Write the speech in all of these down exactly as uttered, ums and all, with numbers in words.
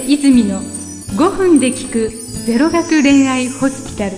泉のごふんで聞くゼロ学恋愛ホスピタル。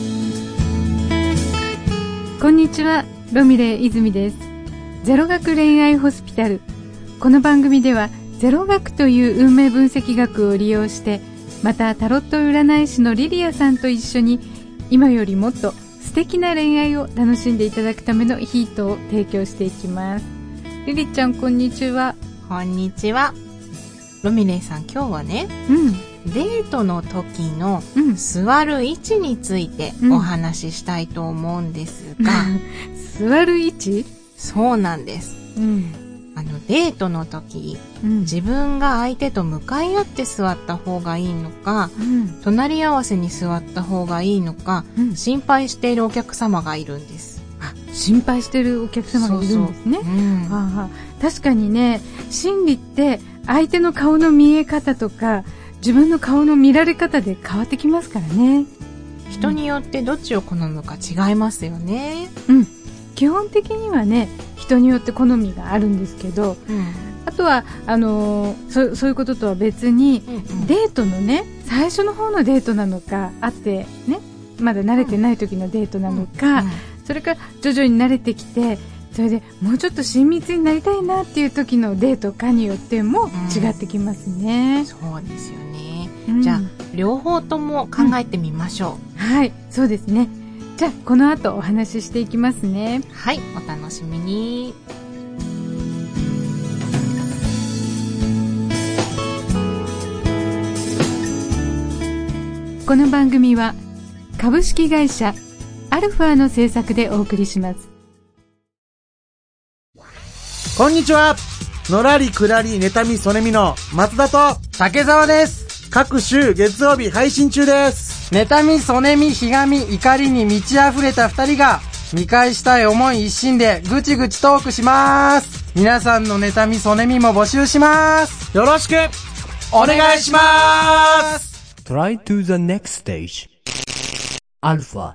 こんにちは、ロミレ泉です。ゼロ学恋愛ホスピタル。この番組ではゼロ学という運命分析学を利用して、またタロット占い師のリリアさんと一緒に今よりもっと素敵な恋愛を楽しんでいただくためのヒントを提供していきます。リリちゃん、こんにちは。 こんにちは。ロミレイさん、今日はね、うん、デートの時の座る位置についてお話ししたいと思うんですが、 うん、座る位置？ そうなんです、うん、あのデートの時、うん、自分が相手と向かい合って座った方がいいのか、うん、隣り合わせに座った方がいいのか、うん、心配しているお客様がいるんです。 あ、心配しているお客様がいるんですね。そうそう、うん、ああ、確かにね、心理って相手の顔の見え方とか自分の顔の見られ方で変わってきますからね。 人によってどっちを好むか違いますよね。 うん、基本的にはね、人によって好みがあるんですけど、うん、あとはあのー、そ, そういうこととは別に、うんうん、デートのね、最初の方のデートなのか、会ってね、まだ慣れてない時のデートなのか、うんうん、それから徐々に慣れてきて、それでもうちょっと親密になりたいなっていう時のデートかによっても違ってきますね。 うん、そうですよね。うん、じゃあ両方とも考えてみましょう。 うん、はい、そうですね。じゃあこの後お話ししていきますね。 はい、お楽しみに。 この番組は株式会社アルファの制作でお送りします。 こんにちは。のらりくらり妬みそねみの松田と竹澤です。 各週月曜日配信中です。 妬みそねみひがみ怒りに満ち溢れた二人が見返したい思い一心でぐちぐちトークします。皆さんの妬みそねみも募集します。 よろしくお願いします。 Try to the next stage アルファ。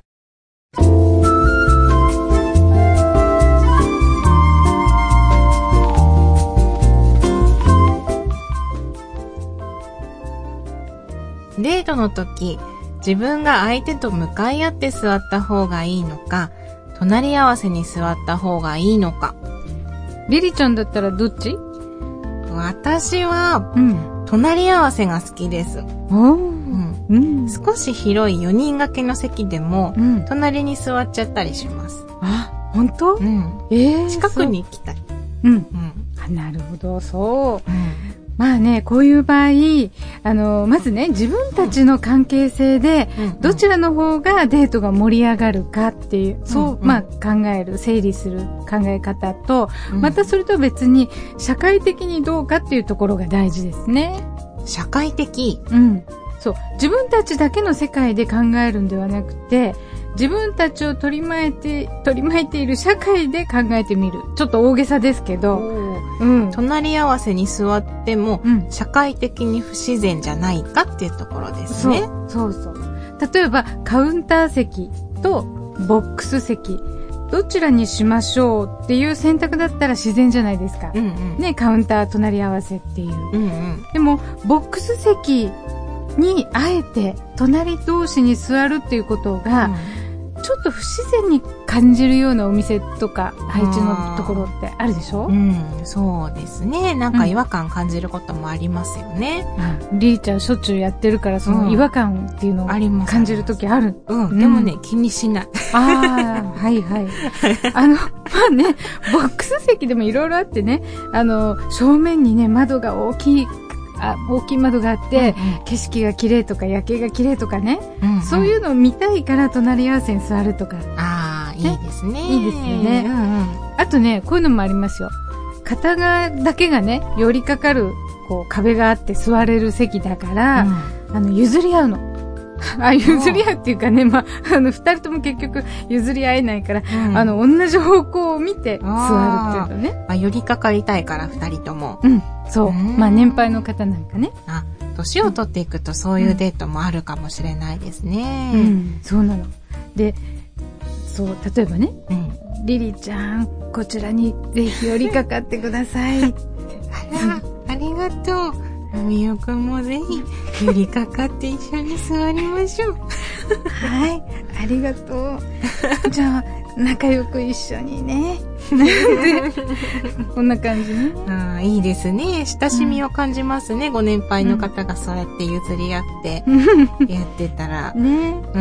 デートの時、自分が相手と向かい合って座った方がいいのか、隣り合わせに座った方がいいのか。 リリちゃんだったらどっち？ 私は、うん、隣り合わせが好きです。うんうん、少し広いよにん掛けの席でも、うん、隣に座っちゃったりします。 あ、本当？うん、 えー、近くに行きたい。 うん、うん、あ、なるほど、そう。うん、まあね、こういう場合、あのまずね、自分たちの関係性でどちらの方がデートが盛り上がるかっていう、うん、そう、まあ考える、整理する考え方と、うん、またそれと別に社会的にどうかっていうところが大事ですね。 社会的？ うん。そう。自分たちだけの世界で考えるんではなくて、自分たちを取り巻いて、取り巻いている社会で考えてみる。ちょっと大げさですけど、 うん、隣り合わせに座っても、うん、社会的に不自然じゃないかっていうところですね。 そうそうそう。例えばカウンター席とボックス席、どちらにしましょうっていう選択だったら自然じゃないですか。うんうん、ね、カウンター隣り合わせっていう。うんうん、でもボックス席にあえて隣同士に座るっていうことが、うん、ちょっと不自然に感じるようなお店とか配置のところってあるでしょ？ うん、そうですね。なんか違和感感じることもありますよね。 うん、リーちゃんしょっちゅうやってるから、その違和感っていうのを感じるときある。 うん、うん、でもね、気にしない。 ああ、はいはい。あの、まあね、ボックス席でもいろいろあってね、あの、正面にね、窓が大きいあ大きい窓があって、うんうん、景色が綺麗とか夜景が綺麗とかね、うんうん、そういうのを見たいから隣り合わせに座るとか。 ああ、ね、いいですね。 いいですよね、うんうん。あとね、こういうのもありますよ。片側だけがね、寄りかかるこう壁があって座れる席だから、うん、あの譲り合うの。あ、譲り合うっていうかね、まあ、あの、二人とも結局譲り合えないから、うん、あの、同じ方向を見て座るっていうのね。 あ、寄りかかりたいから二人とも。 うん、そう。まあ、年配の方なんかね。 あ、年を取っていくとそういうデートもあるかもしれないですね。 うん、うん、そうなの。で、そう、例えばね、うん、リリちゃん、こちらにぜひ寄りかかってください。 あら、ありがとう。 みよくんもぜひ寄りかかって一緒に座りましょう。 はい、ありがとう。じゃあ仲良く一緒にね。こんな感じね。 ああ、いいですね。親しみを感じますね。うん、ご年配の方がそうやって譲り合ってやってたら。 ね、 うん。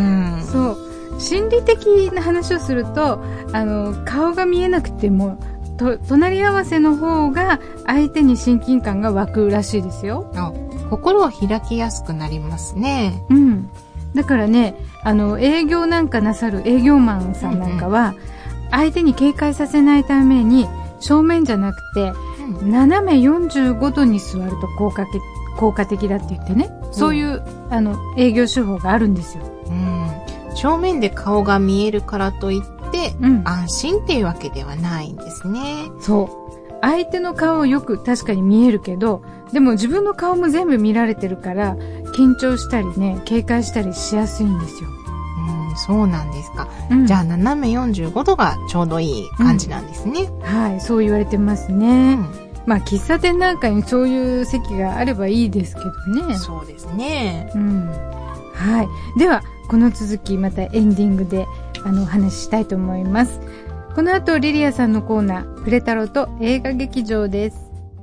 そう。心理的な話をすると、あの顔が見えなくてもと隣り合わせの方が相手に親近感が湧くらしいですよ。 あ、心を開きやすくなりますね。 うん。だからね、あの営業なんかなさる営業マンさんなんかは、うんうん、相手に警戒させないために正面じゃなくて、うん、斜めよんじゅうごどに座ると効果的、効果的だって言ってね、うん、そういうあの営業手法があるんですよ。 うん、正面で顔が見えるからといって、うん、安心っていうわけではないんですね。 そう。相手の顔をよく確かに見えるけど、でも自分の顔も全部見られてるから緊張したりね、警戒したりしやすいんですよ。 うん、そうなんですか。うん、じゃあ斜めよんじゅうごどがちょうどいい感じなんですね。 うん、はい、そう言われてますね。うん、まあ喫茶店なんかにそういう席があればいいですけどね。 そうですね。 うん。はい。ではこの続きまたエンディングであのお話ししたいと思います。この後リリアさんのコーナー、プレタロと映画劇場です。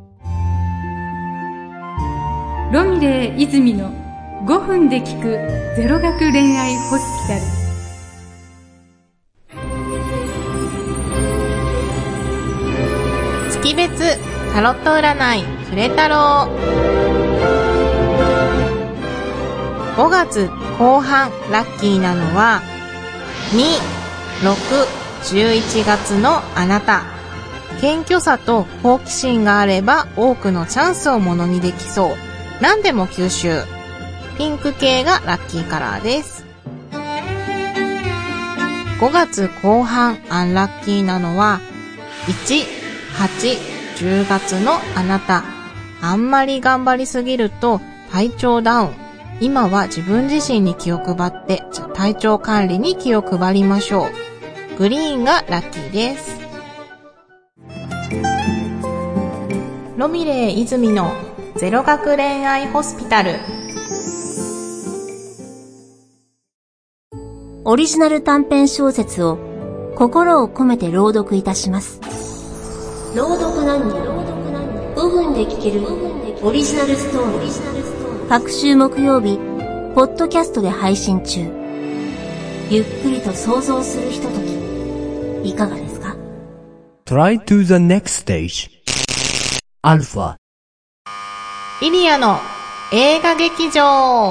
ロミレー泉のごふんで聞くゼロ学恋愛ホスピタル。 月別タロット占いプレタロ。ごがつこう半ラッキーなのはに、ろく、じゅういちがつのあなた。謙虚さと好奇心があれば多くのチャンスをものにできそう。何でも吸収。ピンク系がラッキーカラーです。ごがつこう半アンラッキーなのはいち、はち、じゅうがつのあなた。あんまり頑張りすぎると体調ダウン。今は自分自身に気を配って体調管理に気を配りましょう。グリーンがラッキーです。ロミレー泉のゼロ学恋愛ホスピタル。 オリジナル短編小説を心を込めて朗読いたします。朗読何人ごふんで聞けるオリジナルストーリー。各週木曜日ポッドキャストで配信中。ゆっくりと想像するひととき、いかがですか？ Try to the next stage. アルファ。 リリアの映画劇場。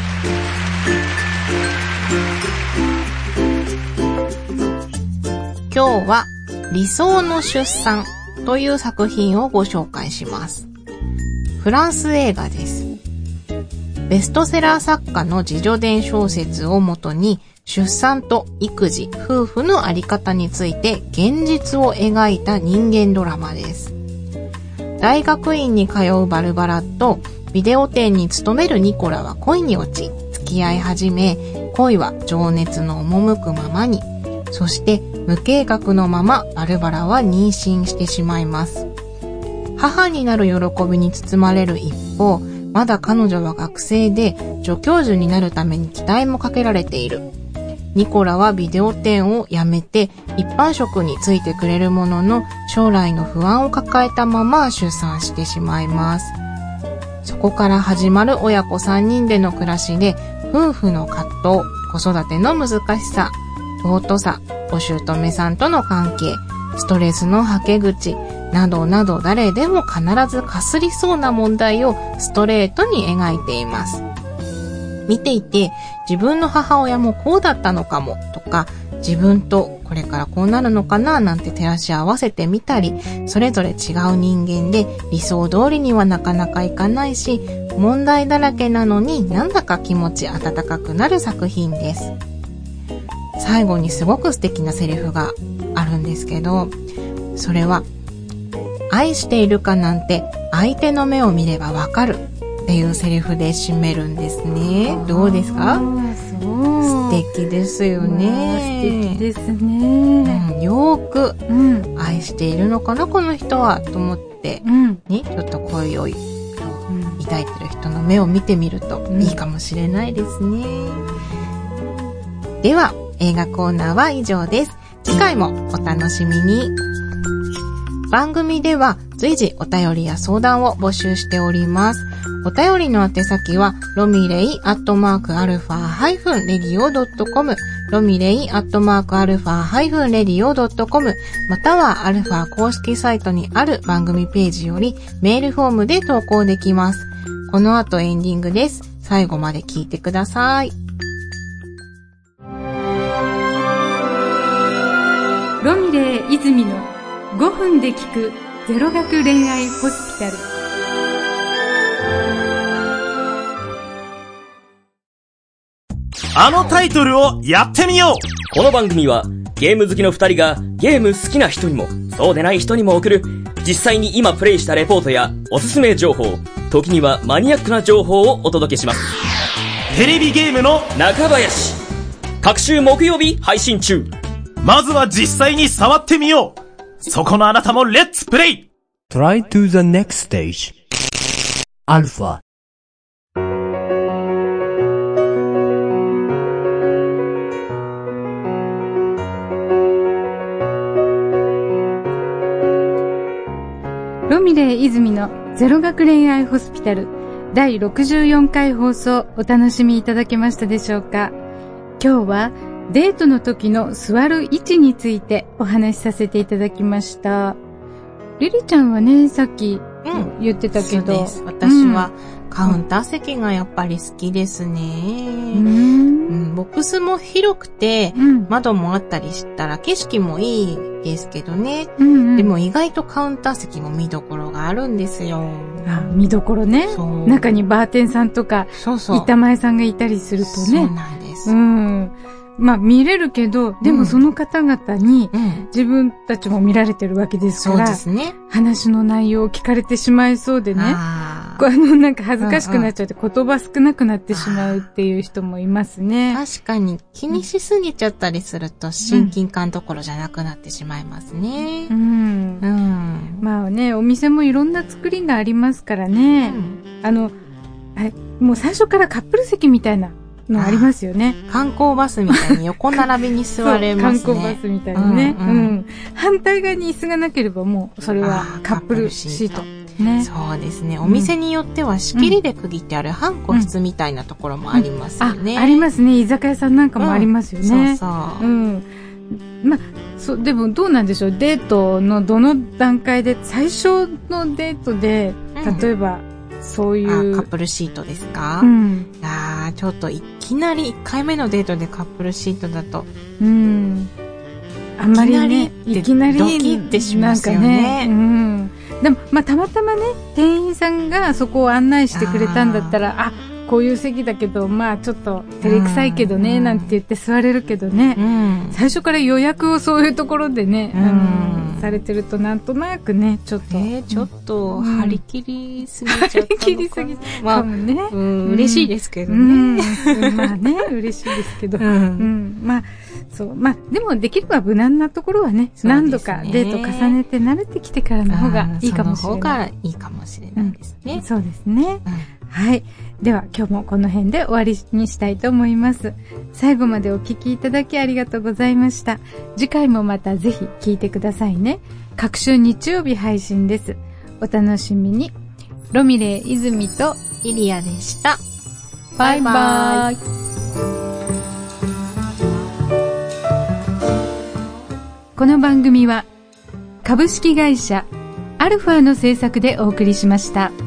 今日は理想の出産という作品をご紹介します。フランス映画です。ベストセラー作家の自叙伝小説をもとに出産と育児、夫婦のあり方について現実を描いた人間ドラマです。大学院に通うバルバラとビデオ店に勤めるニコラは恋に落ち、付き合い始め、恋は情熱の赴くままに、そして無計画のままバルバラは妊娠してしまいます。母になる喜びに包まれる一方、まだ彼女は学生で助教授になるために期待もかけられている。ニコラはビデオ店を辞めて一般職に就いてくれるものの、将来の不安を抱えたまま出産してしまいます。そこから始まる親子さんにんでの暮らしで、夫婦の葛藤、子育ての難しさ、尊さ、お姑さんとの関係、ストレスのはけ口などなど、誰でも必ずかすりそうな問題をストレートに描いています。見ていて、自分の母親もこうだったのかもとか、自分とこれからこうなるのかななんて照らし合わせてみたり、それぞれ違う人間で理想通りにはなかなかいかないし、問題だらけなのになんだか気持ち温かくなる作品です。最後にすごく素敵なセリフがあるんですけど、それは愛しているかなんて相手の目を見ればわかるっていうセリフで締めるんですね。どうですか？素敵ですよね。 素敵ですね、 うん、よーく、うん、愛しているのかなこの人はと思って、うん、にちょっと恋を、うん、言抱いてる人の目を見てみるといいかもしれないですね。うん、では、映画コーナーは以上です。次回もお楽しみに。番組では随時お便りや相談を募集しております。お便りの宛先はロミレイアットマークアルファハイフンレディオドットコム、ロミレイアットマークアルファハイフンレディオドットコム、またはアルファ公式サイトにある番組ページよりメールフォームで投稿できます。この後エンディングです。最後まで聞いてください。 ロミレイ泉のごふんで聞くゼロ学恋愛ホスピタル。 あのタイトルをやってみよう。 この番組はゲーム好きの二人がゲーム好きな人にもそうでない人にも送る実際に今プレイしたレポートやおすすめ情報、時にはマニアックな情報をお届けします。 テレビゲームの中林、各週木曜日配信中。 まずは実際に触ってみよう。そこのあなたもレッツプレイ。 Try to the next stage. Alpha。 ロミレイ泉のゼロ学恋愛ホスピタルだいろくじゅうよんかい放送、お楽しみいただけましたでしょうか。今日はデートの時の座る位置についてお話しさせていただきました。リリちゃんはね、さっき言ってたけど、 うん、そうです。私はカウンター席がやっぱり好きですね。うん、うん、ボックスも広くて、うん、窓もあったりしたら景色もいいですけどね、うんうん、でも意外とカウンター席も見どころがあるんですよ。 あ、見どころね。中にバーテンさんとかそうそう板前さんがいたりするとね。 そうなんです。 うん、まあ見れるけど、でもその方々に自分たちも見られてるわけですから、 そうですね、 話の内容を聞かれてしまいそうでね、ああのなんか恥ずかしくなっちゃって言葉少なくなってしまうっていう人もいますね。 確かに気にしすぎちゃったりすると親近感どころじゃなくなってしまいますね。うん。 うん。まあね、お店もいろんな作りがありますからね。うん、あの、あれ、もう最初からカップル席みたいなのありますよね。 観光バスみたいに横並びに座れますね。 観光バスみたいにね、うんうんうん。反対側に椅子がなければもうそれはカップルシート。ね、 そうですね。お店によっては仕切りで区切ってある半個室みたいなところもありますよね。 うんうん、あ, ありますね。居酒屋さんなんかもありますよね。 うん、そうそう。うん。 まあ、そうでもどうなんでしょう。デートのどの段階で、最初のデートで、例えば、うん、そういうカップルシートですか？うん。ああ、ちょっといきなりいっかいめのデートでカップルシートだと、うん。 あんまりね、いきなりドキッてしますよね。 うん。でも、まあ、たまたまね、店員さんがそこを案内してくれたんだったら、あ、こういう席だけど、まあ、ちょっと照れくさいけどね、なんて言って座れるけどね、うん、最初から予約をそういうところでね、うん、あのされてるとなんとなくね、ちょっと。 えー、ちょっと、張り切りすぎちゃったのかな。張り切りすぎかもね。 うん、嬉しいですけどね。 うん、まあね、嬉しいですけど。うんうん、まあ、そう。まあ、でもできれば無難なところは ね, ね、何度かデート重ねて慣れてきてからの方がいいかもしれない。その方がいいかもしれないですね。 うん、そうですね。うん、はい。では今日もこの辺で終わりにしたいと思います。最後までお聞きいただきありがとうございました。次回もまたぜひ聞いてくださいね。各週日曜日配信です。お楽しみに。ロミレイ泉とイリアでした。 バイバイ。この番組は株式会社アルファの制作でお送りしました。